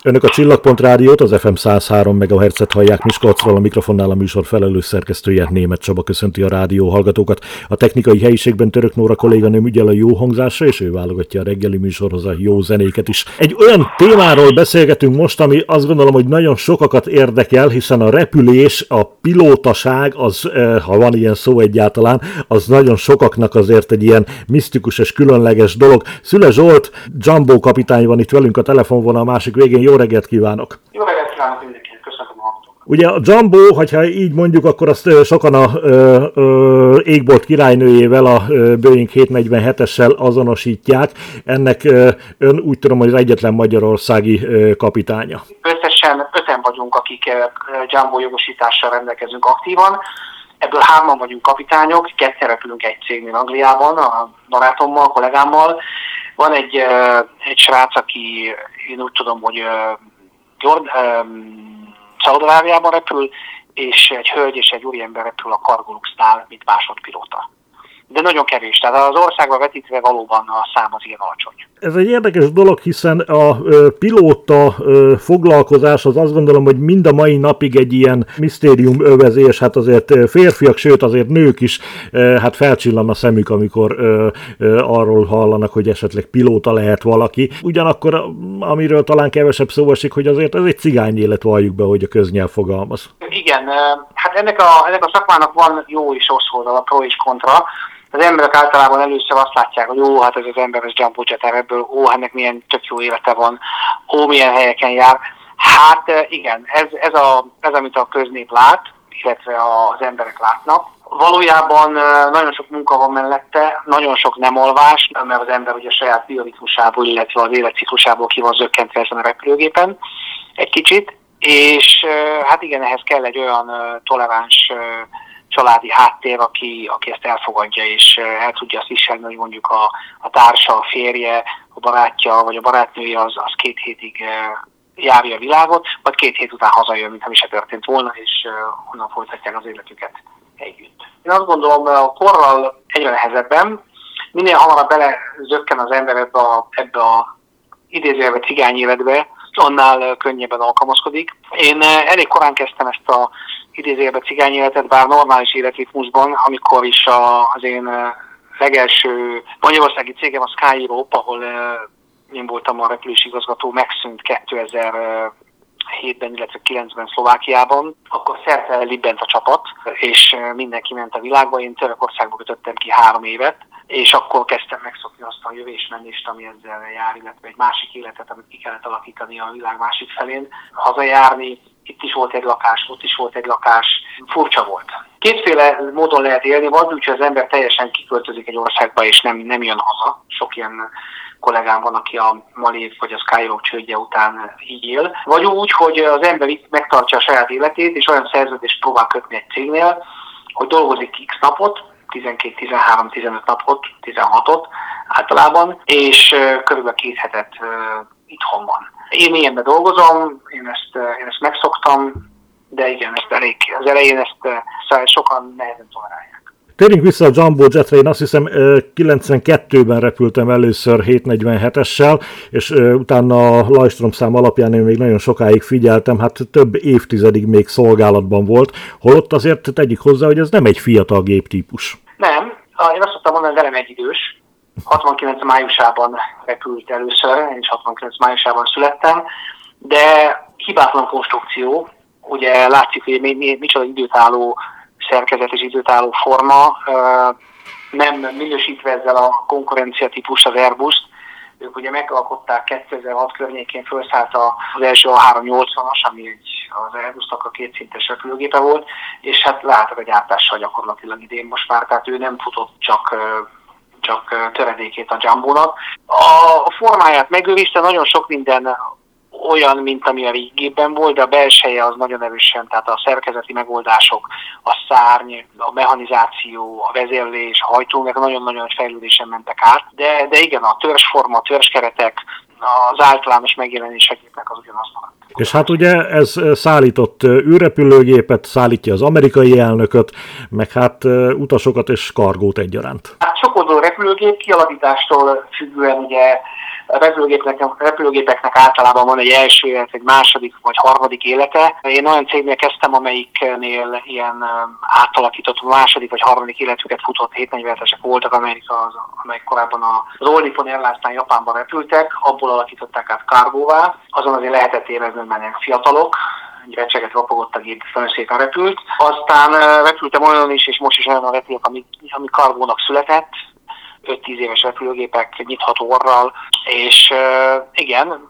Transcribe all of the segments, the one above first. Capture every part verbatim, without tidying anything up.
Önök a Csillagpont Rádiót, az ef em száz három megahertzet hallják Miskolcról, a mikrofonnál a műsor felelős szerkesztője, Németh Csaba köszönti a rádió hallgatókat. A technikai helyiségben Török Nóra kolléganőm ügyel a jó hangzásra, és ő válogatja a reggeli műsorhoz a jó zenéket is. Egy olyan témáról beszélgetünk most, ami azt gondolom, hogy nagyon sokakat érdekel, hiszen a repülés, a pilótaság, az, ha van ilyen szó egyáltalán, az nagyon sokaknak azért egy ilyen misztikus és különleges dolog. Szüle Zsolt, Jumbo kapitány van itt velünk a telefonvonal a másik végén. Jó reggelt kívánok! Jó reggelt kívánok mindenkinek, köszönöm a hallgatókat! Ugye a Jumbo, hogyha így mondjuk, akkor azt sokan a ö, ö, égbolt királynőjével, a Boeing hétszáznegyvenhetessel azonosítják. Ennek ö, ön úgy tudom, hogy az egyetlen magyarországi ö, kapitánya. Összesen öten vagyunk, akik Jumbo jogosítással rendelkezünk aktívan. Ebből hárman vagyunk kapitányok, ketten repülünk egy cégnél Angliában, a barátommal, a kollégámmal. Van egy, egy srác, aki én úgy tudom, hogy Szaúd-Arábiában repül, és egy hölgy és egy úriember repül a Cargoluxnál, mint másodpilóta. De nagyon kevés, tehát az országban vetítve valóban a szám az ilyen alacsony. Ez egy érdekes dolog, hiszen a ö, pilóta ö, foglalkozás az azt gondolom, hogy mind a mai napig egy ilyen misztérium övezés, hát azért férfiak, sőt azért nők is ö, hát felcsillan a szemük, amikor ö, ö, arról hallanak, hogy esetleg pilóta lehet valaki. Ugyanakkor, amiről talán kevesebb szó esik, hogy azért ez egy cigány élet, valljuk be, hogy a köznyelv fogalmaz. Igen, hát ennek a, ennek a szakmának van jó és rossz oldal, a pro és kontra. Az emberek általában először azt látják, hogy ó, hát ez az ember, ez Jumbo Jet ebből, ó, ennek milyen tök jó élete van, ó, milyen helyeken jár. Hát igen, ez, ez, a, ez amit a köznép lát, illetve az emberek látnak. Valójában nagyon sok munka van mellette, nagyon sok nem alvás, mert az ember ugye a saját bioritmusából, illetve az életciklusából ki van zökkentve ezen a repülőgépen egy kicsit, és hát igen, ehhez kell egy olyan toleráns családi háttér, aki, aki ezt elfogadja, és el tudja azt viselni, hogy mondjuk a, a társa, a férje, a barátja, vagy a barátnője az, az két hétig járja a világot, vagy két hét után hazajön, mintha mi se történt volna, és onnan folytatják az életüket együtt. Én azt gondolom, a korral egyre nehezebben, minél hamarabb belezökken az ember ebbe a, ebbe a idézőjelbe cigány életbe, annál könnyebben alkalmazkodik. Én elég korán kezdtem ezt a idézőjelbe cigány életet, bár normális életritmusban, amikor is a, az én legelső magyarországi cégem a Sky Europe, ahol én voltam a repülési igazgató, megszűnt kétezer-hétben, illetve kilencben Szlovákiában, akkor szerte libbent a csapat, és mindenki ment a világba. Én Törökországba kötöttem ki három évet, és akkor kezdtem megszokni azt a jövésmenést, ami ezzel jár, illetve egy másik életet, amit ki kellett alakítani a világ másik felén, hazajárni. Itt is volt egy lakás, ott is volt egy lakás, furcsa volt. Kétféle módon lehet élni, vagy úgy, hogy az ember teljesen kiköltözik egy országba, és nem, nem jön haza. Sok ilyen kollégám van, aki a Malév vagy a Sky Europe csődje után így él. Vagy úgy, hogy az ember itt megtartja a saját életét, és olyan szerződést próbál kötni egy cégnél, hogy dolgozik x napot, tizenkét, tizenhárom, tizenöt napot, tizenhatot általában, és körülbelül két hetet itthon van. Én ilyenben dolgozom, én ezt, én ezt megszoktam, de igen, ezt elég, az elején ezt sokan nehezen tolerálják. Térjünk vissza a Jumbo Jetre, én azt hiszem kilencvenkettőben repültem először hétszáznegyvenhetessel, és utána a Lajstrom szám alapján én még nagyon sokáig figyeltem, hát több évtizedig még szolgálatban volt, holott azért tegyük hozzá, hogy ez nem egy fiatal géptípus. Nem, én azt szoktam mondani, velem egy idős. hatvankilenc májusában repült először, én is hatvankilenc májusában születtem, de hibátlan konstrukció, ugye látszik, hogy mi, mi, micsoda időtálló szerkezet és időtálló forma, nem minősítve ezzel a konkurencia típus, az Airbus-t. Ők ugye megalkották kétezer-hat környékén, felszállt az első A háromszáznyolcvanas, ami egy, az Airbusnak a kétszintes repülőgépe volt, és hát láttak a gyártással gyakorlatilag idén most már, tehát ő nem futott csak csak töredékét a Jumbónak. A formáját megőrizte, nagyon sok minden olyan, mint ami a régében volt, de a belseje az nagyon erősen, tehát a szerkezeti megoldások, a szárny, a mechanizáció, a vezérlés, a hajtóművek nagyon-nagyon fejlődésen mentek át, de, de igen, a törzsforma, a törzskeretek, az általános megjelenéseknek az ugyanaz maradt. És hát ugye ez szállított űrrepülőgépet, szállítja az amerikai elnököt, meg hát utasokat és kargót egyaránt. Hát sokoldalú repülőgép, kialakítástól függően ugye A repülőgépeknek, repülőgépeknek általában van egy első élet, egy második vagy harmadik élete. Én olyan cégnél kezdtem, amelyiknél ilyen átalakított második vagy harmadik életüket futott hétszáznegyvenhetesek voltak, amelyik, az, amelyik korábban az All Nippon Airlines-nál Japánban repültek, abból alakították át cargóvá. Azon azért lehetett érezni, hogy mennek fiatalok, egy recseget ropogott a gép, nagyon szépen repült. Aztán repültem olyan is, és most is olyan repülök, ami, ami cargónak született, öt-tíz éves repülőgépek nyitható orral, és uh, igen,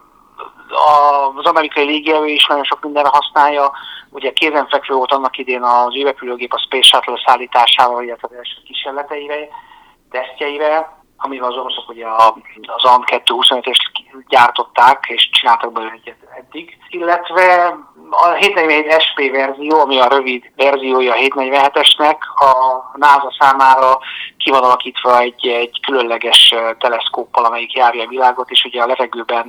az amerikai légierő is nagyon sok mindenre használja. Ugye kézenfekvő volt annak idén az űrrepülőgép a Space Shuttle szállításával, illetve az első kísérleteire, tesztjeire, amivel az oroszok ugye az A N kétszázhuszonötöst gyártották, és csináltak belőle egyet eddig. Illetve a hétszáznegyvenhét S P verzió, ami a rövid verziója a hétszáznegyvenhetesnek, a NASA számára ki van alakítva egy, egy különleges teleszkóppal, amelyik járja a világot, és ugye a levegőben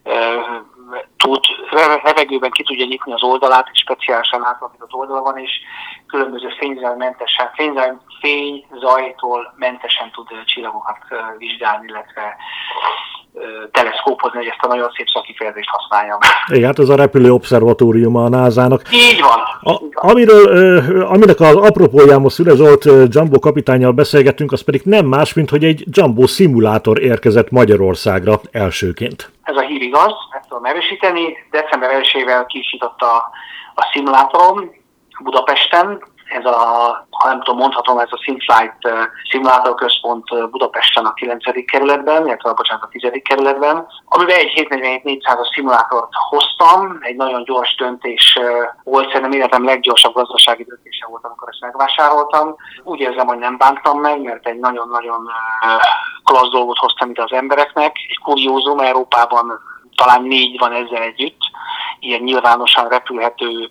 tud, levegőben ki tudja nyitni az oldalát, és speciálisan átalakított oldala van, és különböző fényzajmentesen, fényzaj, fényzajtól mentesen tud csillagokat vizsgálni, illetve teleszkópozni, hogy ezt a nagyon szép szakifejezést használjam. Igen, hát ez a repülő obszervatóriuma a nászának. Így van. A, amiről, aminek az apropójához Szüle Zsolt Jumbo kapitánnyal beszélgettünk, az pedig nem más, mint hogy egy Jumbo szimulátor érkezett Magyarországra elsőként. Ez a hír igaz, ezt tudom erősíteni. december elsejével kisított a, a szimulátorom Budapesten. Ez a, ha nem tudom, mondhatom, ez a SimFlight uh, szimulátor központ Budapesten a kilencedik kerületben, illetve bocsánat, a tizedik kerületben, amiben egy hétszáznegyvenhét négyszázas szimulátort hoztam, egy nagyon gyors döntés uh, volt, szerintem életem leggyorsabb gazdasági döntése volt, amikor ezt megvásároltam. Úgy érzem, hogy nem bántam meg, mert egy nagyon-nagyon uh, klassz dolgot hoztam itt az embereknek. Egy kuriózum, Európában talán négy van ezzel együtt, ilyen nyilvánosan repülhető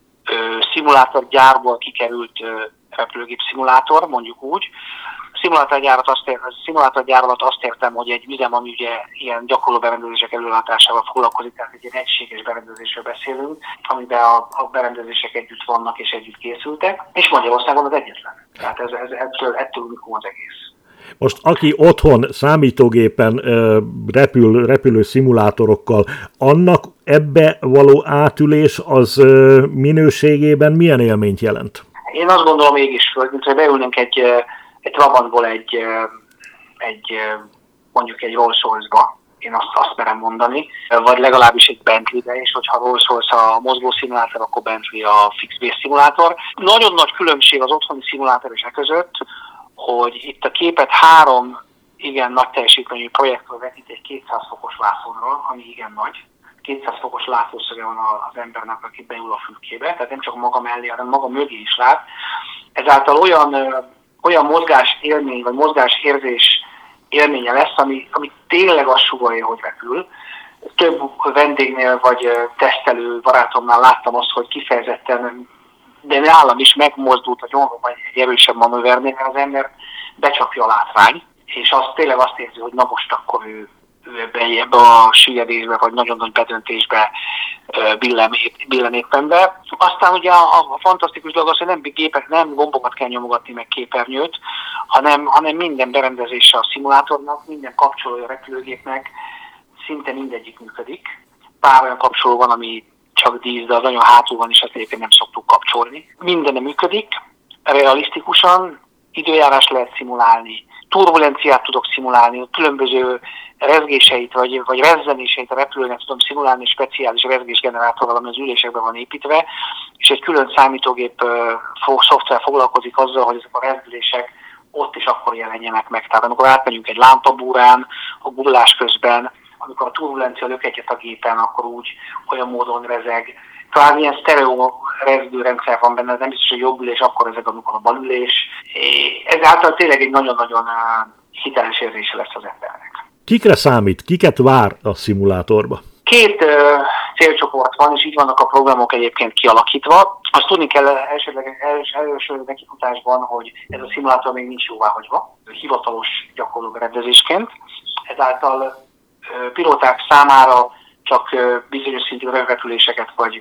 szimulátorgyárból kikerült repülőgép szimulátor, mondjuk úgy. A szimulátorgyárat azt, ér, a szimulátorgyár alatt azt értem, hogy egy üzem, ami ugye ilyen gyakorló berendezések előállításával foglalkozik, tehát egy ilyen egységes berendezésről beszélünk, amiben a, a berendezések együtt vannak és együtt készültek, és Magyarországon az egyetlen. Tehát ez, ez, ettől, ettől unikum az egész. Most aki otthon számítógépen ö, repül, repülő szimulátorokkal, annak ebbe való átülés az ö, minőségében milyen élményt jelent? Én azt gondolom mégis föl, mint hogy beülnénk egy, egy Trabantból egy, egy mondjuk egy Rolls-Royce-ba, én azt, azt merem mondani, vagy legalábbis egy Bentley-be, és hogyha Rolls-Royce a mozgó szimulátor, akkor Bentley a fix-base szimulátor. Nagyon nagy különbség az otthoni szimulátor és e között, hogy itt a képet három igen nagy teljesítményű projektről vetít egy kétszáz fokos vászonról, ami igen nagy. kétszáz fokos látószöge van az embernek, aki beül a fülkébe, tehát nem csak maga mellé, hanem maga mögé is lát. Ezáltal olyan, olyan mozgás élmény, vagy mozgás érzés élménye lesz, ami, ami tényleg azt sugallja, hogy repül. Több vendégnél vagy tesztelő barátomnál láttam azt, hogy kifejezetten, de nálam is megmozdult, vagy, vagy egy erősebb manővernél, mert az ember becsapja a látvány, és azt tényleg azt érzi, hogy na most akkor ő, ő ebbe, ebbe a süllyedésbe, vagy nagyon nagy bedöntésbe billen, billen éppen be. Aztán ugye a, a fantasztikus dolog az, hogy nem gépek, nem gombokat kell nyomogatni, meg képernyőt, hanem, hanem minden berendezése a szimulátornak, minden kapcsolója a repülőgépnek, szinte mindegyik működik. Pár olyan kapcsoló van, ami csak dísz, de az nagyon hátul van, és ezt egyébként nem szoktuk kapcsolni. Minden működik, realisztikusan, időjárás lehet szimulálni, turbulenciát tudok szimulálni, különböző rezgéseit vagy, vagy rezzenéseit a repülőnek tudom szimulálni speciális rezgésgenerátorral, ami az ülésekben van építve, és egy külön számítógép uh, szoftver foglalkozik azzal, hogy ezek a rezgések ott is akkor jelenjenek meg. Tehát amikor átmegyünk egy lámpabúrán, a guggolás közben, amikor a turbulencia lök egyet a gépen, akkor úgy olyan módon rezeg. Talán ilyen sztereó rezgőrendszer van benne, nem biztos, hogy jobb ülés, akkor rezeg, amikor a balülés. Ezáltal tényleg egy nagyon-nagyon hiteles érzése lesz az embernek. Kikre számít? Kiket vár a szimulátorba? Két uh, célcsoport van, és így vannak a programok egyébként kialakítva. Azt tudni kell elsődleg első nekifutásban, hogy ez a szimulátor még nincs jóváhagyva, hivatalos gyakorló berendezésként. Ezáltal uh, pilóták számára csak uh, bizonyos szintű repüléseket vagy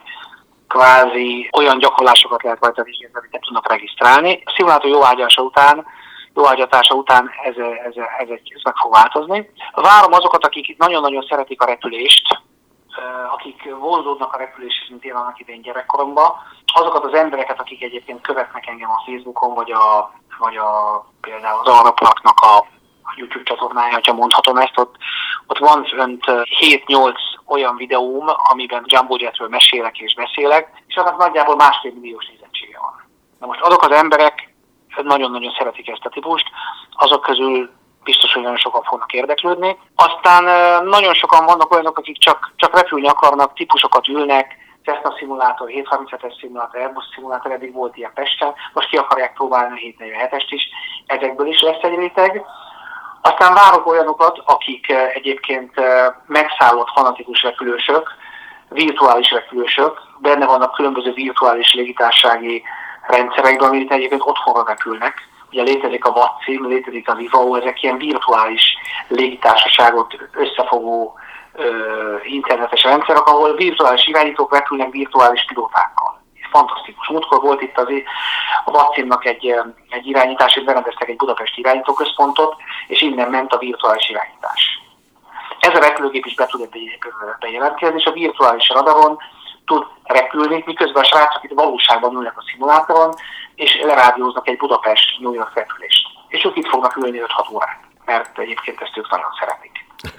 kvázi olyan gyakorlásokat lehet rajta vizsgálni, amit nem tudnak regisztrálni. A szimulátor jóváhagyása után jóváhagyatása után ez, ez, ez, ez meg fog változni. Várom azokat, akik nagyon-nagyon szeretik a repülést, akik vonzódnak a repüléshez, mint én annak idején gyerekkoromban, azokat az embereket, akik egyébként követnek engem a Facebookon, vagy, a, vagy a, például az Arraplaknak a YouTube csatornája, ha mondhatom ezt, ott, ott van fönt hét-nyolc olyan videóm, amiben Jumbo Jetről mesélek és beszélek, és annak nagyjából másfél milliós nézettsége van. Na most azok az emberek nagyon-nagyon szeretik ezt a típust, azok közül biztos, hogy nagyon sokan fognak érdeklődni. Aztán nagyon sokan vannak olyanok, akik csak, csak repülni akarnak, típusokat ülnek, Cessna szimulátor, hétszázharminchetes szimulátor, Airbus szimulátor, eddig volt ilyen Pesten, most ki akarják próbálni a hétszáznegyvenhetest is, ezekből is lesz egy réteg. Aztán várok olyanokat, akik egyébként megszállott fanatikus repülősök, virtuális repülősök, benne vannak különböző virtuális légitársasági rendszerekben, amit egyébként otthonra repülnek. Ugye létezik a VATSIM, létezik a Vivao, ezek ilyen virtuális légitársaságot összefogó ö, internetes rendszerek, ahol virtuális irányítók repülnek virtuális pilótákkal. Fantasztikus. Múltkor volt itt az, a VATSIM-nak egy, egy irányítás, hogy berendeztek egy budapesti irányítóközpontot, és innen ment a virtuális irányítás. Ez a repülőgép is be tud bejelentkezni, és a virtuális radaron tud repülni, miközben a srácok itt valóságban ülnek a szimulátoron, és lerádióznak egy Budapest-New York repülést. És ők itt fognak ülni öt-hat órát, mert egyébként ezt ők nagyon szeretik.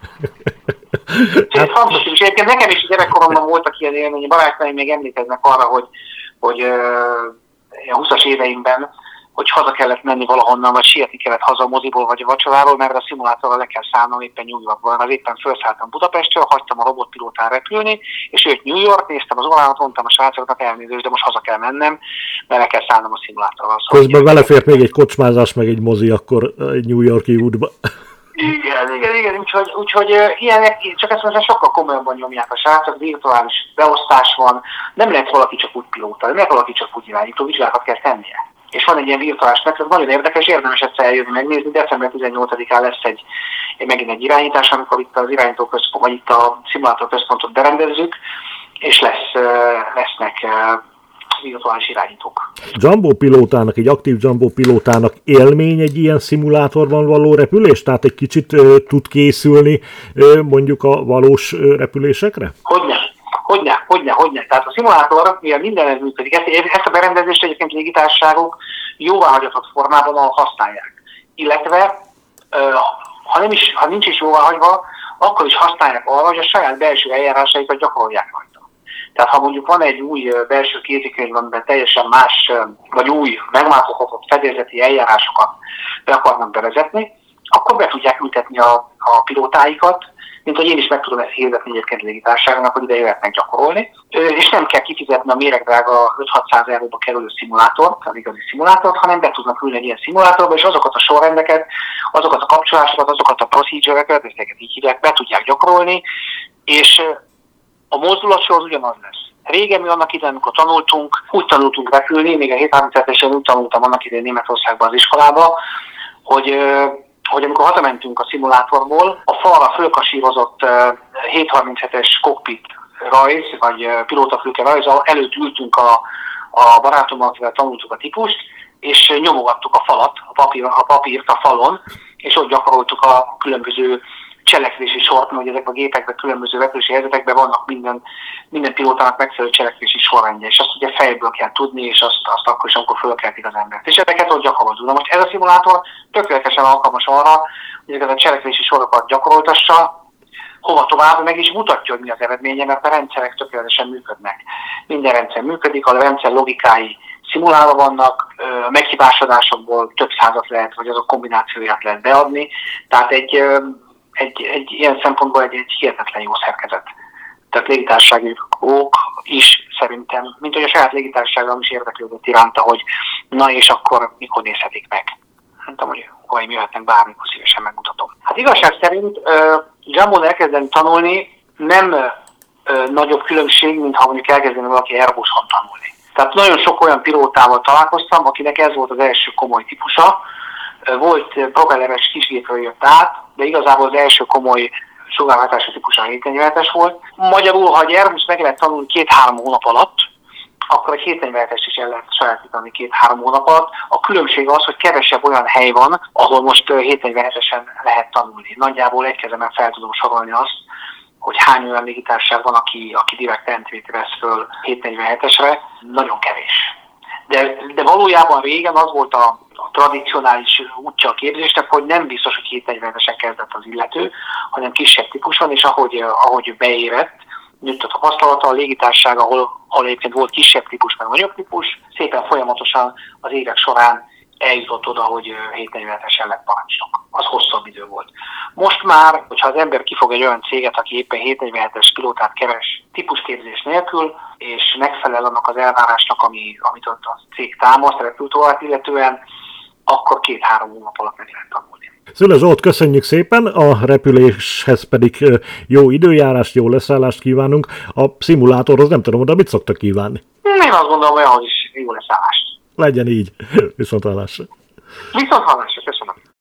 Ez fantasztikus. Egyébként nekem is gyerekkoromban voltak ilyen élményi, barátaim még emlékeznek arra, hogy, hogy uh, a húszas éveimben, hogy haza kellett menni valahonnan, vagy sietni kellett haza a moziból, vagy a vacsoráról, mert a szimulátorral le kell szállnom éppen New Yorkban. Az éppen felszálltam Budapestről, hagytam a robotpilótán repülni, és őt New York, néztem az órámat, mondtam a srácoknak, elnézést, de most haza kell mennem, mert le kell szállnom a szimulátorral. Szóval közben belefért még egy kocsmázás, meg egy mozi akkor egy New York-i útba. Igen, igen, igen, úgyhogy, úgyhogy uh, ilyenek, csak ezt most sokkal komolyabban nyomják a srácok, virtuális beosztás van, nem lehet valaki csak úgy pilóta, nem lehet valaki csak úgy irányító, vizsgálatot kell tennie. És van egy ilyen virtuális network, nagyon érdekes, érdemes egyszer eljönni megnézni, december tizennyolcadikán lesz egy, egy megint egy irányítás, amikor itt az irányítóközpont, vagy itt a szimulátorközpontot berendezzük, és lesz, lesznek virtuális irányítók. Jumbo pilótának, egy aktív Jumbo pilótának élmény egy ilyen szimulátorban való repülés? Tehát egy kicsit uh, tud készülni uh, mondjuk a valós uh, repülésekre? Hogyne, hogyne, hogyne, hogyne. Tehát a szimulátor, mivel mindenhez működik, ezt, ezt a berendezést egyébként légitársaságok jóváhagyatott formában használják. Illetve, uh, ha, nem is, ha nincs is jóváhagyva, akkor is használják arra, hogy a saját belső eljárásaikat gyakorolják rajta. Tehát ha mondjuk van egy új belső kézikönyv, amiben teljesen más, vagy új, megváltoztatott fedélzeti eljárásokat be akarnak bevezetni, akkor be tudják ültetni a, a pilótáikat, mint hogy én is meg tudom ezt hirdetni egyébként légitársaságnak, hogy ide jöhetnek gyakorolni. És nem kell kifizetni a méregdrága öt-hatszáz euróba kerülő szimulátort, az igazi szimulátort, hanem be tudnak ülni egy ilyen szimulátorba, és azokat a sorrendeket, azokat a kapcsolásokat, azokat a procedure-eket, ezeket így hívják, be tudják gyakorolni, és a mozdulatsor ugyanaz lesz. Régen mi annak idején, amikor tanultunk, úgy tanultunk repülni, még a hétszázharminchetesen úgy tanultam annak idején Németországban az iskolába, hogy, hogy amikor hazamentünk a szimulátorból, a falra fölkasírozott hétszázharminchetes cockpit rajz, vagy pilótafülke rajz, előtt ültünk a, a barátommal, akivel tanultuk a típust, és nyomogattuk a falat, a, papír, a papírt a falon, és ott gyakoroltuk a különböző cselekvési sort, hogy ezek a gépekben, különböző repülési helyzetekben vannak minden, minden pilótának megfelelő cselekvési sorrendje, és azt ugye fejből kell tudni, és azt, azt akkor is, amikor fölkeltik az embert. És ezeket ott gyakoroltuk. Na most ez a szimulátor tökéletesen alkalmas arra, hogy ezeket a cselekvési sorokat gyakoroltassa, hova tovább, meg is mutatja, hogy mi az eredménye, mert a rendszerek tökéletesen működnek. Minden rendszer működik, a rendszer logikái szimulálva vannak, meghibásodásokból több százat lehet, vagy azok kombinációját lehet beadni, tehát egy Egy, egy ilyen szempontból egy, egy hihetetlen jó szerkezet. Tehát légitársaságok is szerintem, mint hogy a saját légitársaságom is érdeklődött iránta, hogy na és akkor mikor nézhetik meg. Nem tudom, hogy hol jöhetnek, bármikor szívesen megmutatom. Hát igazság szerint uh, Jumbon elkezdeni tanulni nem uh, nagyobb különbség, mint ha mondjuk elkezdeni valaki Airbuson tanulni. Tehát nagyon sok olyan pilótával találkoztam, akinek ez volt az első komoly típusa. Volt propelleres kisgépről jött át, de igazából az első komoly sugárhajtású típusa hétszáznyolcvanas volt. Magyarul, ha egy Airbus meg lehet tanulni két-három hónap alatt, akkor egy hétszáznegyvenhetest is el lehet sajátítani két-három hónap alatt. A különbség az, hogy kevesebb olyan hely van, ahol most hétszáznegyvenhetesen lehet tanulni. Nagyjából egy kezemben fel tudom sorolni azt, hogy hány olyan légitársaság van, aki, aki direkt entry-t vesz föl hétszáznegyvenhetesre, nagyon kevés. De, de valójában régen az volt a, a tradicionális útja a képzésnek, hogy nem biztos, hogy hétszáznegyvenhetesen kezdett az illető, hanem kisebb típuson, és ahogy, ahogy beérett, nőtt a tapasztalata, a légitársaság, ahol, ahol egyébként volt kisebb típus, meg nagyobb típus, szépen folyamatosan az évek során eljutott oda, hogy hétszáznegyvenhetesen lett parancsnok. Az hosszabb idő volt. Most már, hogyha az ember kifog egy olyan céget, aki éppen hétszáznegyvenhetes pilótát keres típusképzés nélkül, és megfelel annak az elvárásnak, ami, amit ott a cég támaszt, repülőtovább illetően, akkor két-három hónap alatt meg lehet tanulni. Szüle Zsolt, köszönjük szépen, a repüléshez pedig jó időjárást, jó leszállást kívánunk. A szimulátorhoz nem tudom, de mit szoktak kívánni? Én azt gondolom, hogy ahhoz is jó leszállást. Legyen így. Viszonthallásra. Viszonthallásra, köszönöm.